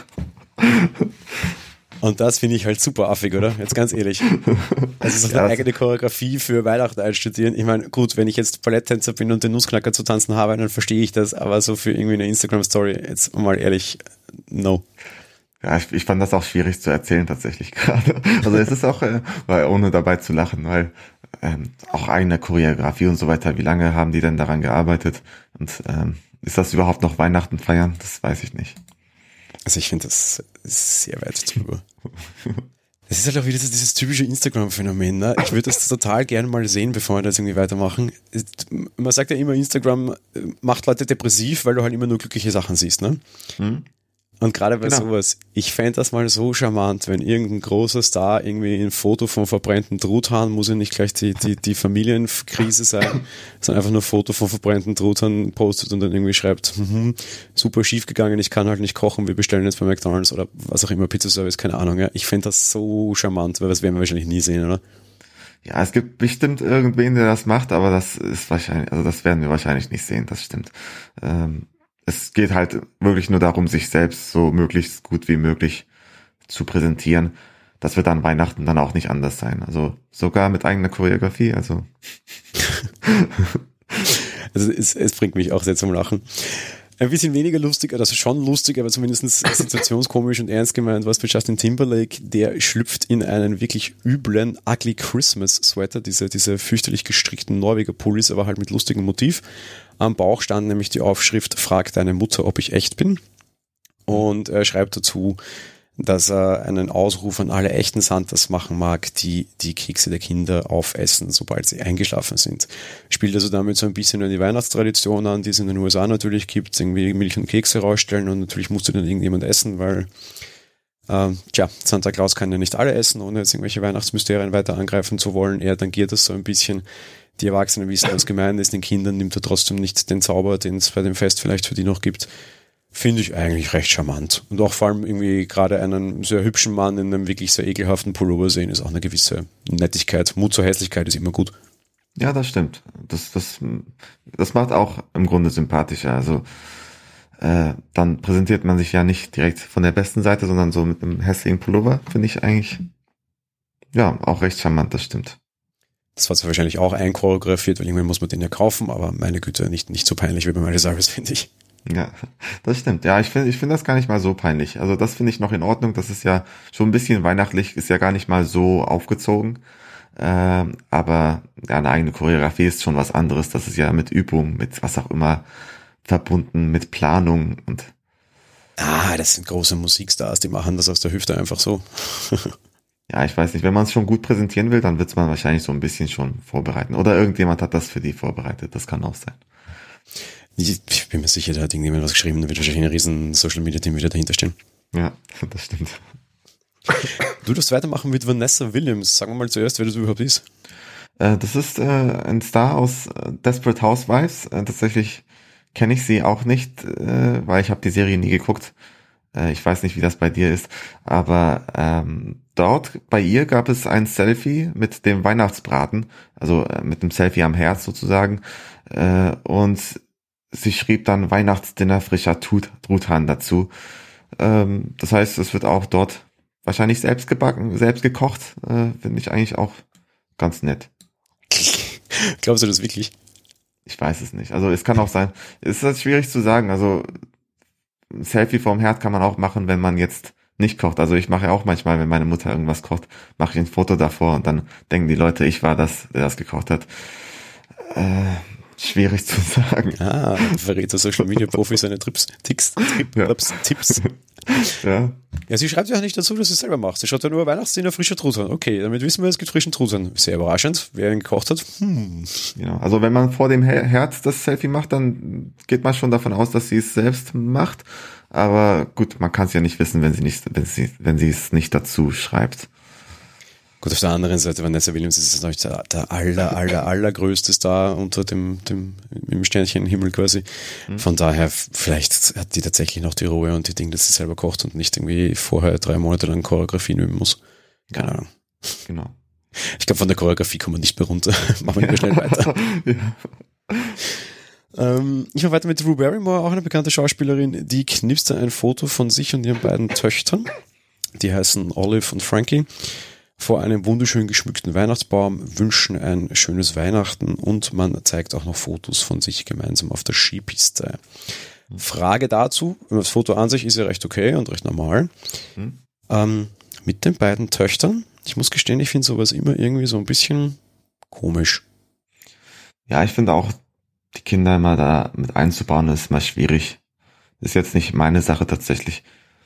Und das finde ich halt super affig, oder? Jetzt ganz ehrlich. Also so eine Ja, eigene Choreografie für Weihnachten einstudieren. Ich meine, gut, wenn ich jetzt Balletttänzer bin und den Nussknacker zu tanzen habe, dann verstehe ich das, aber so für irgendwie eine Instagram-Story, jetzt mal ehrlich, no. Ja, ich, ich fand das auch schwierig zu erzählen tatsächlich gerade. Also es ist auch, äh, weil, ohne dabei zu lachen, weil ähm, auch eigene Choreografie und so weiter, wie lange haben die denn daran gearbeitet? Und ähm, ist das überhaupt noch Weihnachten feiern? Das weiß ich nicht. Also ich finde das sehr weit drüber. Das ist halt auch wieder dieses typische Instagram-Phänomen. Ne? Ich würde das total gerne mal sehen, bevor wir das irgendwie weitermachen. Man sagt ja immer, Instagram macht Leute depressiv, weil du halt immer nur glückliche Sachen siehst. Ne? Hm. Und gerade bei genau. sowas, ich fände das mal so charmant, wenn irgendein großer Star irgendwie ein Foto vom verbrennten Truthahn, muss ja nicht gleich die, die, die Familienkrise sein, sondern einfach nur ein Foto vom verbrennten Truthahn postet und dann irgendwie schreibt, hm, super schief gegangen, ich kann halt nicht kochen, wir bestellen jetzt bei McDonald's oder was auch immer, Pizzaservice, keine Ahnung. Ja. Ich fände das so charmant, weil das werden wir wahrscheinlich nie sehen, oder? Ja, es gibt bestimmt irgendwen, der das macht, aber das ist wahrscheinlich, also das werden wir wahrscheinlich nicht sehen, das stimmt. Ähm, Es geht halt wirklich nur darum, sich selbst so möglichst gut wie möglich zu präsentieren. Das wird an Weihnachten dann auch nicht anders sein. Also sogar mit eigener Choreografie. Also, also es, es bringt mich auch sehr zum Lachen. Ein bisschen weniger lustig, also schon lustig, aber zumindest situationskomisch und ernst gemeint was für Justin Timberlake. Der schlüpft in einen wirklich üblen Ugly Christmas Sweater, diese, diese fürchterlich gestrickten Norweger Pullis, aber halt mit lustigem Motiv. Am Bauch stand nämlich die Aufschrift, frag deine Mutter, ob ich echt bin. Und er schreibt dazu, dass er einen Ausruf an alle echten Santas machen mag, die die Kekse der Kinder aufessen, sobald sie eingeschlafen sind. Spielt also damit so ein bisschen an die Weihnachtstradition an, die es in den U S A natürlich gibt, irgendwie Milch und Kekse rausstellen und natürlich musste dann irgendjemand essen, weil äh, tja, Santa Claus kann ja nicht alle essen, ohne jetzt irgendwelche Weihnachtsmysterien weiter angreifen zu wollen. Er tangiert das so ein bisschen. Die Erwachsenen wissen, was gemeint ist, den Kindern nimmt er trotzdem nicht den Zauber, den es bei dem Fest vielleicht für die noch gibt. Finde ich eigentlich recht charmant. Und auch vor allem irgendwie gerade einen sehr hübschen Mann in einem wirklich sehr ekelhaften Pullover sehen, ist auch eine gewisse Nettigkeit. Mut zur Hässlichkeit ist immer gut. Ja, das stimmt. Das, das, das macht auch im Grunde sympathischer. Also äh, dann präsentiert man sich ja nicht direkt von der besten Seite, sondern so mit einem hässlichen Pullover, finde ich eigentlich ja auch recht charmant, das stimmt. Das war zwar wahrscheinlich auch einchoreografiert, weil irgendwann muss man den ja kaufen, aber meine Güte, nicht, nicht so peinlich wie bei Miley Cyrus, finde ich. Ja, das stimmt. Ja, ich finde ich finde das gar nicht mal so peinlich. Also das finde ich noch in Ordnung. Das ist ja schon ein bisschen weihnachtlich, ist ja gar nicht mal so aufgezogen. Ähm, aber ja, eine eigene Choreografie ist schon was anderes. Das ist ja mit Übung, mit was auch immer verbunden, mit Planung und Ah, das sind große Musikstars, die machen das aus der Hüfte einfach so. Ja, ich weiß nicht, wenn man es schon gut präsentieren will, dann wird es man wahrscheinlich so ein bisschen schon vorbereiten. Oder irgendjemand hat das für die vorbereitet, das kann auch sein. Ich, ich bin mir sicher, da hat irgendjemand was geschrieben, da wird wahrscheinlich ein riesen Social-Media-Team wieder dahinter stehen. Ja, das stimmt. Du darfst weitermachen mit Vanessa Williams. Sagen wir mal zuerst, wer das überhaupt ist. Äh, das ist äh, ein Star aus äh, Desperate Housewives. Äh, tatsächlich kenne ich sie auch nicht, äh, weil ich habe die Serie nie geguckt. Äh, ich weiß nicht, wie das bei dir ist, aber ähm, dort bei ihr gab es ein Selfie mit dem Weihnachtsbraten, also äh, mit dem Selfie am Herz sozusagen. Äh, und sie schrieb dann Weihnachtsdinner frischer Tut, Truthahn dazu. Ähm, das heißt, es wird auch dort wahrscheinlich selbst gebacken, selbst gekocht. Äh, finde ich eigentlich auch ganz nett. Glaubst du das wirklich? Ich weiß es nicht. Also es kann auch sein. Es ist halt schwierig zu sagen. Also ein Selfie vorm Herd kann man auch machen, wenn man jetzt nicht kocht. Also ich mache ja auch manchmal, wenn meine Mutter irgendwas kocht, mache ich ein Foto davor und dann denken die Leute, ich war das, der das gekocht hat. Äh, schwierig zu sagen. Ah, verrät der Social Media Profi seine Trips, Ticks, Trips, Ja. Tipps. Ja. Ja, sie schreibt ja auch nicht dazu, dass sie es selber macht. Sie schaut ja nur Weihnachtsdiener frischer Truthahn. Okay, damit wissen wir, es gibt frischen Truthahn. Sehr überraschend. Wer ihn gekocht hat, hm. Genau. Also wenn man vor dem Her- Herd das Selfie macht, dann geht man schon davon aus, dass sie es selbst macht. Aber gut, man kann es ja nicht wissen, wenn sie nicht, wenn sie, wenn sie es nicht dazu schreibt. Gut, auf der anderen Seite, Vanessa Williams ist natürlich der, der aller, aller, allergrößte Star unter dem, dem, im Sternchenhimmel quasi. Mhm. Von daher, vielleicht hat die tatsächlich noch die Ruhe und die Dinge, dass sie selber kocht und nicht irgendwie vorher drei Monate lang Choreografien üben muss. Keine Ahnung. Genau. Ich glaube, von der Choreografie kommen wir nicht mehr runter. Machen wir lieber schnell weiter. Ja. Ähm, ich mache weiter mit Drew Barrymore, auch eine bekannte Schauspielerin, die knipste ein Foto von sich und ihren beiden Töchtern. Die heißen Olive und Frankie. Vor einem wunderschön geschmückten Weihnachtsbaum, wünschen ein schönes Weihnachten und man zeigt auch noch Fotos von sich gemeinsam auf der Skipiste. Frage dazu, das Foto an sich ist ja recht okay und recht normal. Hm. Ähm, mit den beiden Töchtern, ich muss gestehen, ich finde sowas immer irgendwie so ein bisschen komisch. Ja, ich finde auch, die Kinder immer da mit einzubauen, ist mal schwierig. Ist jetzt nicht meine Sache tatsächlich.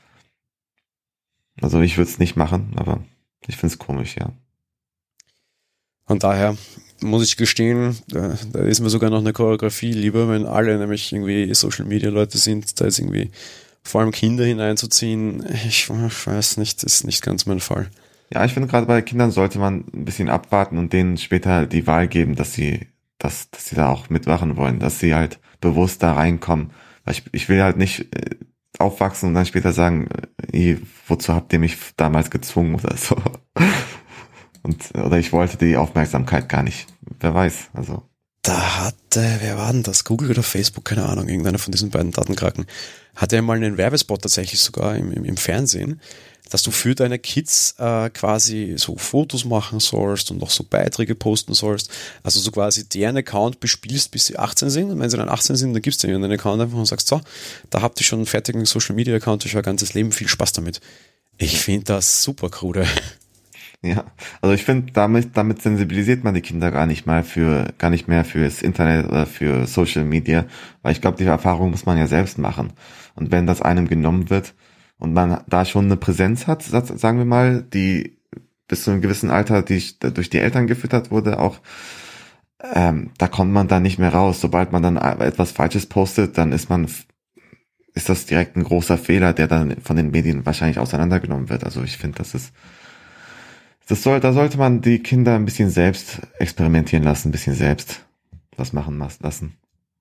Also ich würde es nicht machen, aber ich finde es komisch, ja. Von daher muss ich gestehen, da, da ist mir sogar noch eine Choreografie lieber, wenn alle nämlich irgendwie Social-Media-Leute sind, da ist irgendwie vor allem Kinder hineinzuziehen. Ich, ich weiß nicht, das ist nicht ganz mein Fall. Ja, ich finde gerade bei Kindern sollte man ein bisschen abwarten und denen später die Wahl geben, dass sie, dass, dass sie da auch mitmachen wollen, dass sie halt bewusst da reinkommen. Weil ich, ich will halt nicht äh, aufwachsen und dann später sagen, äh, wozu habt ihr mich damals gezwungen oder so. Und, oder ich wollte die Aufmerksamkeit gar nicht. Wer weiß, also. Da hatte, wer war denn das? Google oder Facebook, keine Ahnung, irgendeiner von diesen beiden Datenkraken, hatte ja mal einen Werbespot tatsächlich sogar im, im, im Fernsehen, dass du für deine Kids äh, quasi so Fotos machen sollst und noch so Beiträge posten sollst. Also so quasi deren Account bespielst, bis sie achtzehn sind. Und wenn sie dann achtzehn sind, dann gibst du ihnen einen Account einfach und sagst, so, da habt ihr schon einen fertigen Social-Media-Account für euer ganzes Leben, viel Spaß damit. Ich finde das super krude. Ja, also ich finde, damit, damit sensibilisiert man die Kinder gar nicht mal für, gar nicht mehr fürs Internet oder für Social Media, weil ich glaube, die Erfahrung muss man ja selbst machen. Und wenn das einem genommen wird und man da schon eine Präsenz hat, sagen wir mal, die bis zu einem gewissen Alter, die durch die Eltern gefüttert wurde, auch, ähm, da kommt man dann nicht mehr raus. Sobald man dann etwas Falsches postet, dann ist man, ist das direkt ein großer Fehler, der dann von den Medien wahrscheinlich auseinandergenommen wird. Also ich finde, das ist Das soll, da sollte man die Kinder ein bisschen selbst experimentieren lassen, ein bisschen selbst was machen lassen.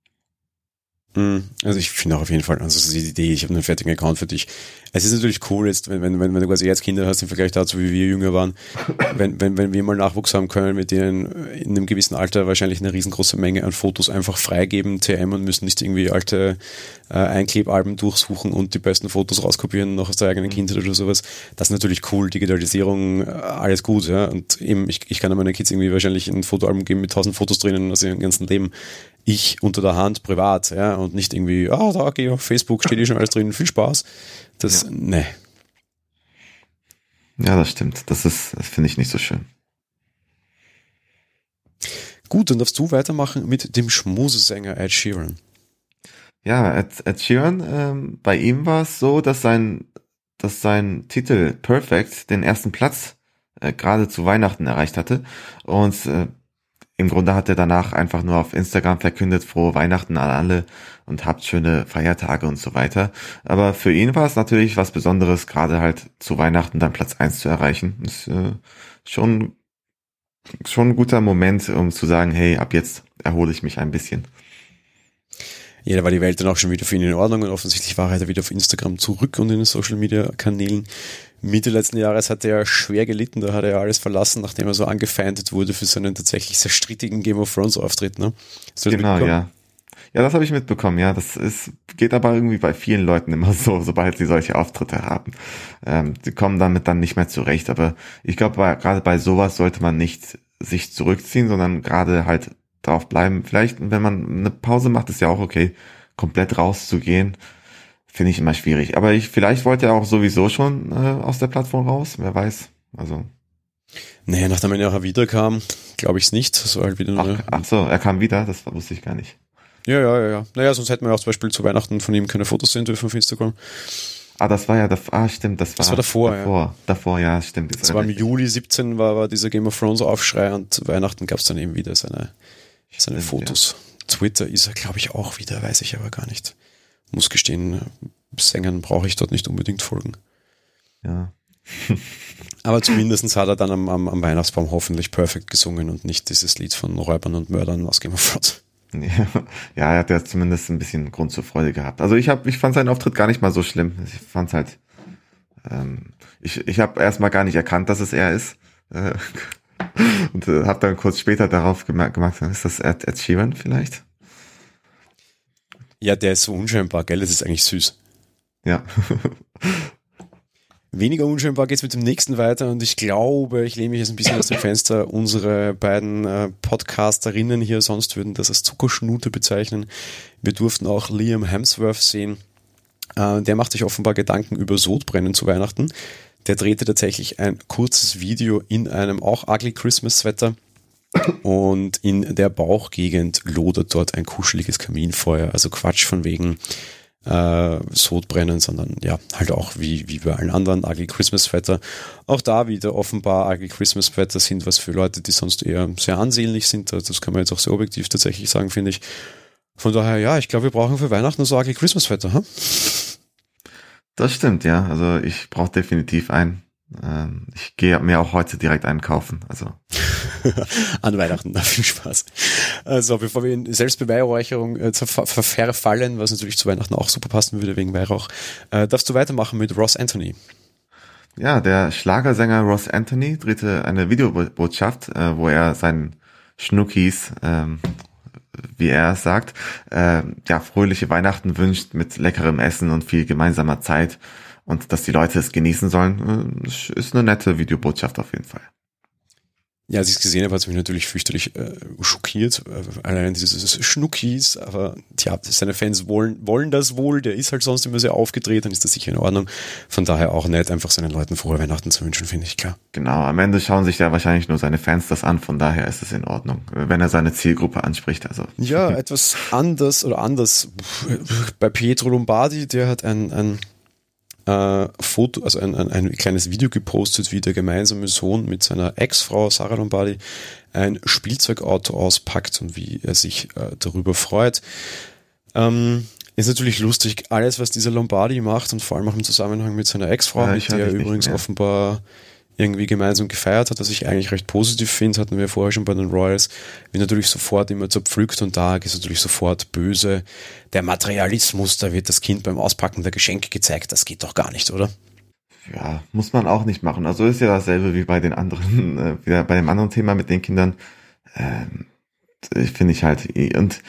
Also ich finde auch auf jeden Fall, also die Idee, ich habe einen fertigen Account für dich. Es ist natürlich cool jetzt, wenn, wenn, wenn du quasi jetzt Kinder hast im Vergleich dazu, wie wir jünger waren, wenn, wenn, wenn wir mal Nachwuchs haben können, mit denen in einem gewissen Alter wahrscheinlich eine riesengroße Menge an Fotos einfach freigeben, T M, und müssen nicht irgendwie alte äh, Einklebalben durchsuchen und die besten Fotos rauskopieren, noch aus der eigenen Kindheit oder sowas. Das ist natürlich cool, Digitalisierung, alles gut, ja. Und eben, ich, ich kann meinen Kids irgendwie wahrscheinlich ein Fotoalbum geben mit tausend Fotos drinnen aus ihrem ganzen Leben. Ich unter der Hand, privat, ja, und nicht irgendwie, ah, da gehe ich auf Facebook, steht eh schon alles drin, viel Spaß. Das, ja. ne. Ja, das stimmt. Das ist, das finde ich nicht so schön. Gut, dann darfst du weitermachen mit dem Schmusesänger Ed Sheeran. Ja, Ed, Ed Sheeran, ähm, bei ihm war es so, dass sein, dass sein Titel Perfect den ersten Platz äh, gerade zu Weihnachten erreicht hatte. Und äh, im Grunde hat er danach einfach nur auf Instagram verkündet, frohe Weihnachten an alle und habt schöne Feiertage und so weiter. Aber für ihn war es natürlich was Besonderes, gerade halt zu Weihnachten dann Platz eins zu erreichen. Das ist äh, schon, schon ein guter Moment, um zu sagen, hey, ab jetzt erhole ich mich ein bisschen. Ja, da war die Welt dann auch schon wieder für ihn in Ordnung und offensichtlich war er wieder auf Instagram zurück und in den Social-Media-Kanälen. Mitte letzten Jahres hat er schwer gelitten, da hat er alles verlassen, nachdem er so angefeindet wurde für seinen tatsächlich sehr strittigen Game of Thrones Auftritt, ne? Genau, ja. Ja, das habe ich mitbekommen, ja. Das ist, geht aber irgendwie bei vielen Leuten immer so, sobald sie solche Auftritte haben. Ähm, sie kommen damit dann nicht mehr zurecht. Aber ich glaube, gerade bei sowas sollte man nicht sich zurückziehen, sondern gerade halt drauf bleiben. Vielleicht, wenn man eine Pause macht, ist ja auch okay, komplett rauszugehen. Finde ich immer schwierig. Aber ich, vielleicht wollte er auch sowieso schon äh, aus der Plattform raus, wer weiß. Also. Naja, nachdem er nachher wiederkam, glaube ich es nicht. Das war halt wieder nur. Ach, ach so, er kam wieder, das wusste ich gar nicht. Ja, ja, ja, ja. Naja, sonst hätten wir auch zum Beispiel zu Weihnachten von ihm keine Fotos sehen dürfen auf Instagram. Ah, das war ja, da, ah, stimmt, das war, das war davor, davor, ja. Davor, ja, stimmt. Das war im Juli siebzehn, war, war dieser Game of Thrones Aufschrei und Weihnachten gab es dann eben wieder seine, seine stimmt, Fotos. Ja. Twitter ist er, glaube ich, auch wieder, weiß ich aber gar nicht. Muss gestehen, Sängern brauche ich dort nicht unbedingt folgen. Ja. Aber zumindest hat er dann am, am, am Weihnachtsbaum hoffentlich Perfect gesungen und nicht dieses Lied von Räubern und Mördern aus Game of Thrones. Ja, ja, er hat ja zumindest ein bisschen Grund zur Freude gehabt. Also ich habe, ich fand seinen Auftritt gar nicht mal so schlimm. Ich fand's halt, ähm, ich, ich habe erstmal gar nicht erkannt, dass es er ist. Äh, und äh, habe dann kurz später darauf gemerkt, ist das Ed, Ed Sheeran vielleicht? Ja, der ist so unscheinbar, gell? Das ist eigentlich süß. Ja. Weniger unscheinbar geht's mit dem nächsten weiter und ich glaube, ich lehne mich jetzt ein bisschen aus dem Fenster. Unsere beiden äh, Podcasterinnen hier, sonst würden das als Zuckerschnute bezeichnen. Wir durften auch Liam Hemsworth sehen. Äh, der macht sich offenbar Gedanken über Sodbrennen zu Weihnachten. Der drehte tatsächlich ein kurzes Video in einem auch ugly Christmas-Sweater und in der Bauchgegend lodert dort ein kuscheliges Kaminfeuer. Also Quatsch von wegen Äh, Sodbrennen, sondern ja, halt auch wie, wie bei allen anderen Ugly Christmas Sweater. Auch da wieder offenbar Ugly Christmas Sweater sind was für Leute, die sonst eher sehr ansehnlich sind. Das kann man jetzt auch sehr objektiv tatsächlich sagen, finde ich. Von daher, ja, ich glaube, wir brauchen für Weihnachten so Ugly Christmas Sweater, hm? Das stimmt, ja. Also ich brauche definitiv einen. Ähm, ich gehe mir auch heute direkt einen kaufen. Also an Weihnachten, na, viel Spaß. Also bevor wir in Selbstbeweihräucherung äh, ver- ver- verfallen, was natürlich zu Weihnachten auch super passen würde wegen Weihrauch, äh, darfst du weitermachen mit Ross Anthony. Ja, der Schlagersänger Ross Anthony drehte eine Videobotschaft, äh, wo er seinen Schnuckis, ähm, wie er es sagt, äh, ja, fröhliche Weihnachten wünscht mit leckerem Essen und viel gemeinsamer Zeit und dass die Leute es genießen sollen, äh, ist eine nette Videobotschaft auf jeden Fall. Ja, als ich es gesehen habe, hat es mich natürlich fürchterlich äh, schockiert. Äh, allein dieses Schnuckis, aber tja, seine Fans wollen, wollen das wohl, der ist halt sonst immer sehr aufgedreht, dann ist das sicher in Ordnung. Von daher auch nett, einfach seinen Leuten frohe Weihnachten zu wünschen, finde ich, klar. Genau, am Ende schauen sich ja wahrscheinlich nur seine Fans das an, von daher ist es in Ordnung, wenn er seine Zielgruppe anspricht. Also ja, etwas anders oder anders. Bei Pietro Lombardi, der hat ein, ein Äh, Foto, also ein, ein, ein kleines Video gepostet, wie der gemeinsame Sohn mit seiner Ex-Frau Sarah Lombardi ein Spielzeugauto auspackt und wie er sich äh, darüber freut. Ähm, ist natürlich lustig, alles was dieser Lombardi macht und vor allem auch im Zusammenhang mit seiner Ex-Frau, ja, mit der er übrigens offenbar irgendwie gemeinsam gefeiert hat, was ich eigentlich recht positiv finde, hatten wir vorher schon bei den Royals, wird natürlich sofort immer zerpflückt und da ist natürlich sofort böse. Der Materialismus, da wird das Kind beim Auspacken der Geschenke gezeigt, das geht doch gar nicht, oder? Ja, muss man auch nicht machen. Also ist ja dasselbe wie bei den anderen, äh, wieder bei dem anderen Thema mit den Kindern. Ähm, finde ich halt, und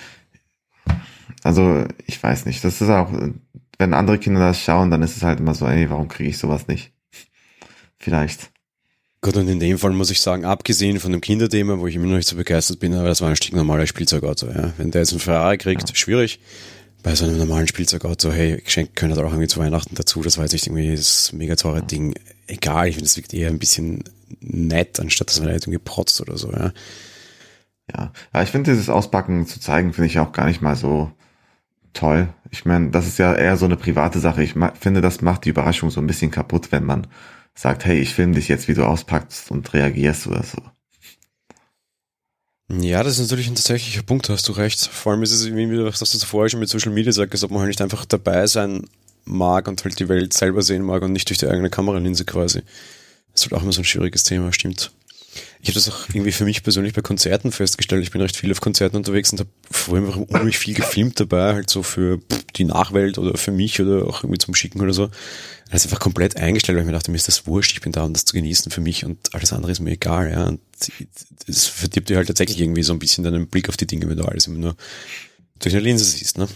also ich weiß nicht, das ist auch, wenn andere Kinder das schauen, dann ist es halt immer so, ey, warum kriege ich sowas nicht? Vielleicht. Gut, und in dem Fall muss ich sagen, abgesehen von dem Kinderthema, wo ich immer noch nicht so begeistert bin, aber das war ein stinknormaler Spielzeugauto. Ja. Wenn der jetzt einen Ferrari kriegt, ja. Schwierig. Bei so einem normalen Spielzeugauto, hey, Geschenke können da auch irgendwie zu Weihnachten dazu, das war jetzt nicht irgendwie das mega teure Ding. Egal, ich finde, das wirkt eher ein bisschen nett, anstatt dass man da irgendwie protzt oder so. Ja, ja. ja ich finde, dieses Auspacken zu zeigen, finde ich auch gar nicht mal so toll. Ich meine, das ist ja eher so eine private Sache. Ich ma- finde, das macht die Überraschung so ein bisschen kaputt, wenn man sagt, hey, ich filme dich jetzt, wie du auspackst und reagierst oder so. Ja, das ist natürlich ein tatsächlicher Punkt, hast du recht. Vor allem ist es irgendwie wieder, was du vorher schon mit Social Media sagst, ob man halt nicht einfach dabei sein mag und halt die Welt selber sehen mag und nicht durch die eigene Kameralinse quasi. Das ist halt auch immer so ein schwieriges Thema, stimmt. Ich habe das auch irgendwie für mich persönlich bei Konzerten festgestellt. Ich bin recht viel auf Konzerten unterwegs und habe vorhin einfach unheimlich viel gefilmt dabei, halt so für die Nachwelt oder für mich oder auch irgendwie zum Schicken oder so. Das ist einfach komplett eingestellt, weil ich mir dachte, mir ist das wurscht, ich bin da, um das zu genießen für mich und alles andere ist mir egal, ja. Und es verdirbt dir halt tatsächlich irgendwie so ein bisschen deinen Blick auf die Dinge, wenn du alles immer nur durch eine Linse siehst, ne?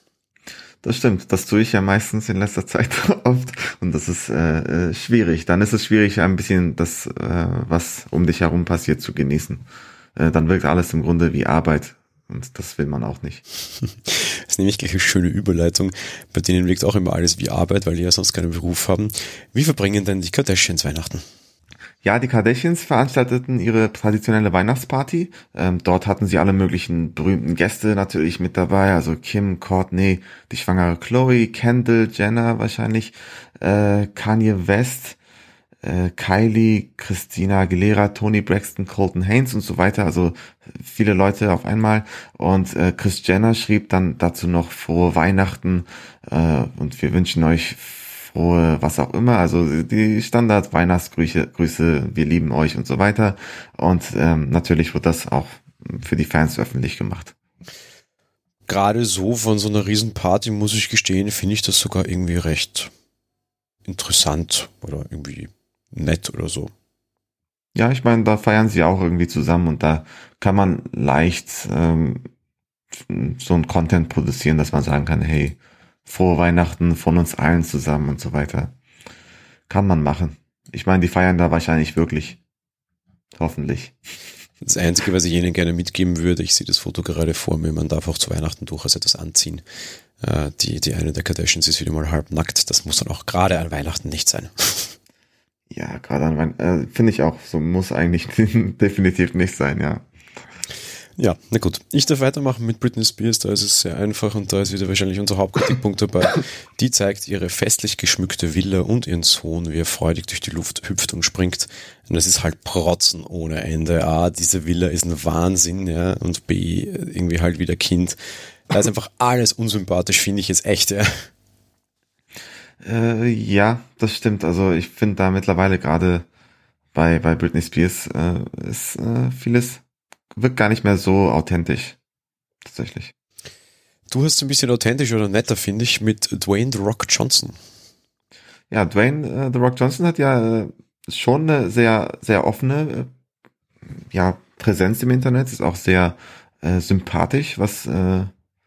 Das stimmt, das tue ich ja meistens in letzter Zeit oft und das ist äh, schwierig. Dann ist es schwierig, ein bisschen das, äh, was um dich herum passiert, zu genießen. Äh, dann wirkt alles im Grunde wie Arbeit und das will man auch nicht. Das ist nämlich gleich eine schöne Überleitung. Bei denen wirkt auch immer alles wie Arbeit, weil die ja sonst keinen Beruf haben. Wie verbringen denn die Kardashians Weihnachten? Ja, die Kardashians veranstalteten ihre traditionelle Weihnachtsparty. Ähm, dort hatten sie alle möglichen berühmten Gäste natürlich mit dabei, also Kim, Kourtney, die schwangere Chloe, Kendall, Jenner wahrscheinlich, äh, Kanye West, äh, Kylie, Christina Aguilera, Toni Braxton, Colton Haynes und so weiter, also viele Leute auf einmal. Und äh, Kris Jenner schrieb dann dazu noch frohe Weihnachten äh, und wir wünschen euch frohe, was auch immer, also die Standard-Weihnachtsgrüße, Grüße, wir lieben euch und so weiter. Und ähm, natürlich wird das auch für die Fans öffentlich gemacht. Gerade so von so einer Riesenparty, muss ich gestehen, finde ich das sogar irgendwie recht interessant oder irgendwie nett oder so. Ja, ich meine, da feiern sie auch irgendwie zusammen und da kann man leicht ähm, so ein Content produzieren, dass man sagen kann, hey, frohe Weihnachten von uns allen zusammen und so weiter. Kann man machen. Ich meine, die feiern da wahrscheinlich wirklich. Hoffentlich. Das Einzige, was ich Ihnen gerne mitgeben würde, ich sehe das Foto gerade vor mir, man darf auch zu Weihnachten durchaus etwas anziehen. Äh, die, die eine der Kardashians ist wieder mal halb nackt. Das muss dann auch gerade an Weihnachten nicht sein. Ja, gerade an Weihnachten, äh, finde ich auch, so muss eigentlich definitiv nicht sein, ja. Ja, na gut. Ich darf weitermachen mit Britney Spears, da ist es sehr einfach und da ist wieder wahrscheinlich unser Hauptkritikpunkt dabei. Die zeigt ihre festlich geschmückte Villa und ihren Sohn, wie er freudig durch die Luft hüpft und springt. Und das ist halt Protzen ohne Ende. A, diese Villa ist ein Wahnsinn, ja, und B, irgendwie halt wieder Kind. Da ist einfach alles unsympathisch, finde ich jetzt echt, ja. Äh, ja, das stimmt. Also ich finde da mittlerweile gerade bei, bei Britney Spears äh, ist äh, vieles wirkt gar nicht mehr so authentisch. Tatsächlich. Du hast ein bisschen authentischer oder netter, finde ich, mit Dwayne The Rock Johnson. Ja, Dwayne äh, The Rock Johnson hat ja äh, schon eine sehr, sehr offene äh, ja, Präsenz im Internet, ist auch sehr äh, sympathisch, was äh,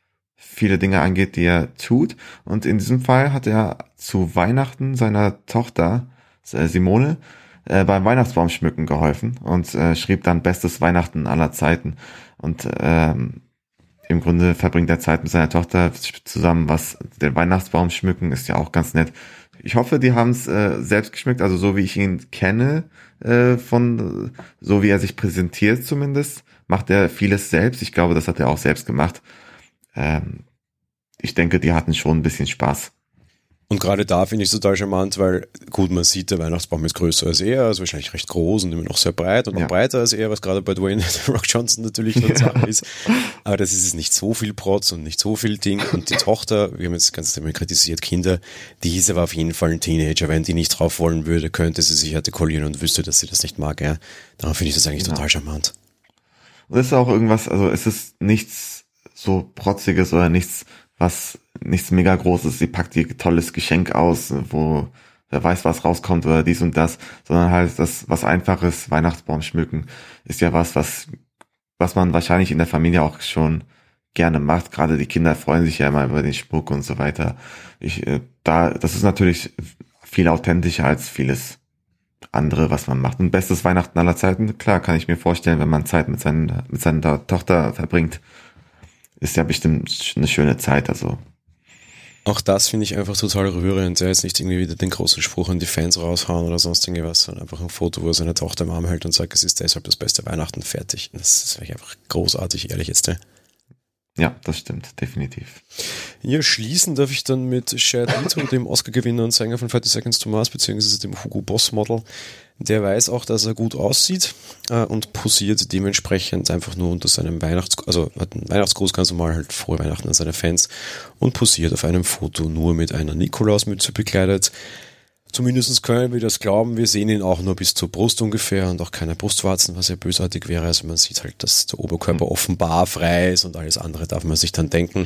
viele Dinge angeht, die er tut. Und in diesem Fall hat er zu Weihnachten seiner Tochter äh, Simone Äh, beim Weihnachtsbaumschmücken geholfen und äh, schrieb dann bestes Weihnachten aller Zeiten und ähm, im Grunde verbringt er Zeit mit seiner Tochter zusammen, was den Weihnachtsbaum schmücken ist ja auch ganz nett. Ich hoffe, die haben es äh, selbst geschmückt, also so wie ich ihn kenne, äh, von so wie er sich präsentiert zumindest, macht er vieles selbst. Ich glaube, das hat er auch selbst gemacht. Ähm, ich denke, die hatten schon ein bisschen Spaß. Und gerade da finde ich es total charmant, weil gut, man sieht, der Weihnachtsbaum ist größer als er, also wahrscheinlich recht groß und immer noch sehr breit und noch ja. breiter als er, was gerade bei Dwayne The Rock Johnson natürlich eine Sache ist. Aber das ist es nicht so viel Protz und nicht so viel Ding. Und die Tochter, wir haben jetzt ganz damit kritisiert, Kinder, die ist aber auf jeden Fall ein Teenager. Wenn die nicht drauf wollen würde, könnte sie sich artikulieren und wüsste, dass sie das nicht mag. Ja. Darum finde ich das eigentlich ja. total charmant. Und es ist auch irgendwas, also es ist nichts so Protziges oder nichts, was nichts mega Großes, sie packt ihr tolles Geschenk aus, wo wer weiß, was rauskommt oder dies und das, sondern halt das, was Einfaches, Weihnachtsbaum schmücken, ist ja was, was, was man wahrscheinlich in der Familie auch schon gerne macht. Gerade die Kinder freuen sich ja immer über den Schmuck und so weiter. Ich, äh, da, das ist natürlich viel authentischer als vieles andere, was man macht. Und bestes Weihnachten aller Zeiten, klar, kann ich mir vorstellen, wenn man Zeit mit seinen, mit seiner Tochter verbringt, ist ja bestimmt eine schöne Zeit, also. Auch das finde ich einfach total rührend. Er jetzt nicht irgendwie wieder den großen Spruch an die Fans raushauen oder sonst irgendwas, sondern einfach ein Foto, wo er seine Tochter im Arm hält und sagt, es ist deshalb das beste Weihnachten, fertig. Das ist einfach großartig, ehrlich jetzt. Ne? Ja, das stimmt, definitiv. Ja, schließen darf ich dann mit Shad Ito, dem Oscar-Gewinner und Sänger von thirty Seconds to Mars, beziehungsweise dem Hugo Boss Model. Der weiß auch, dass er gut aussieht äh, und posiert dementsprechend einfach nur unter seinem Weihnachts... Also hat einen Weihnachtsgruß ganz normal, halt frohe Weihnachten an seine Fans und posiert auf einem Foto nur mit einer Nikolausmütze bekleidet. Zumindest können wir das glauben, wir sehen ihn auch nur bis zur Brust ungefähr und auch keine Brustwarzen, was ja bösartig wäre. Also man sieht halt, dass der Oberkörper offenbar frei ist und alles andere darf man sich dann denken.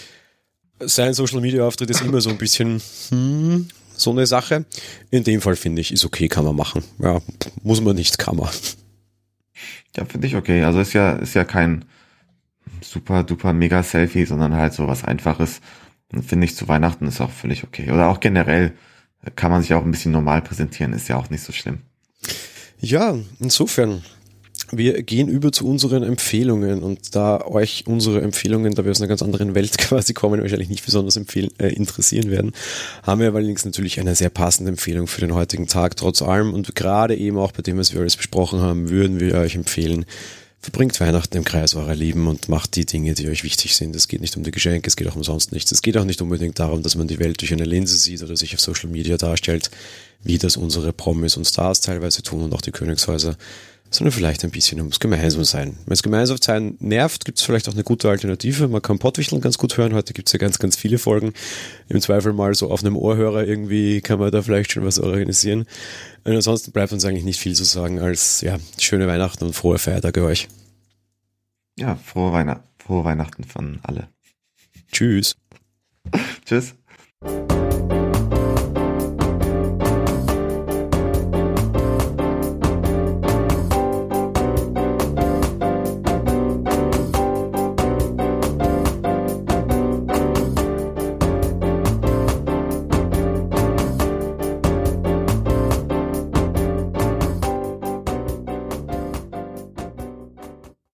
Sein Social-Media-Auftritt ist immer so ein bisschen hm, so eine Sache. In dem Fall finde ich, ist okay, kann man machen. Ja, muss man nicht, kann man. Ja, finde ich okay. Also ist ja, ist ja kein super duper mega Selfie, sondern halt so was Einfaches. Und finde ich, zu Weihnachten ist auch völlig okay. Oder auch generell kann man sich auch ein bisschen normal präsentieren, ist ja auch nicht so schlimm. Ja, insofern. Wir gehen über zu unseren Empfehlungen und da euch unsere Empfehlungen, da wir aus einer ganz anderen Welt quasi kommen, wahrscheinlich nicht besonders empfehlen, äh, interessieren werden, haben wir allerdings natürlich eine sehr passende Empfehlung für den heutigen Tag trotz allem und gerade eben auch bei dem, was wir alles besprochen haben, würden wir euch empfehlen, verbringt Weihnachten im Kreis eurer Lieben und macht die Dinge, die euch wichtig sind. Es geht nicht um die Geschenke, es geht auch um sonst nichts. Es geht auch nicht unbedingt darum, dass man die Welt durch eine Linse sieht oder sich auf Social Media darstellt, wie das unsere Promis und Stars teilweise tun und auch die Königshäuser, sondern vielleicht ein bisschen ums Gemeinsamsein. Wenn es Gemeinsamsein nervt, gibt es vielleicht auch eine gute Alternative. Man kann Pottwichteln ganz gut hören. Heute gibt es ja ganz, ganz viele Folgen. Im Zweifel mal so auf einem Ohrhörer irgendwie kann man da vielleicht schon was organisieren. Und ansonsten bleibt uns eigentlich nicht viel zu sagen als ja schöne Weihnachten und frohe Feiertage euch. Ja, frohe Weihnachten, frohe Weihnachten von alle. Tschüss. Tschüss.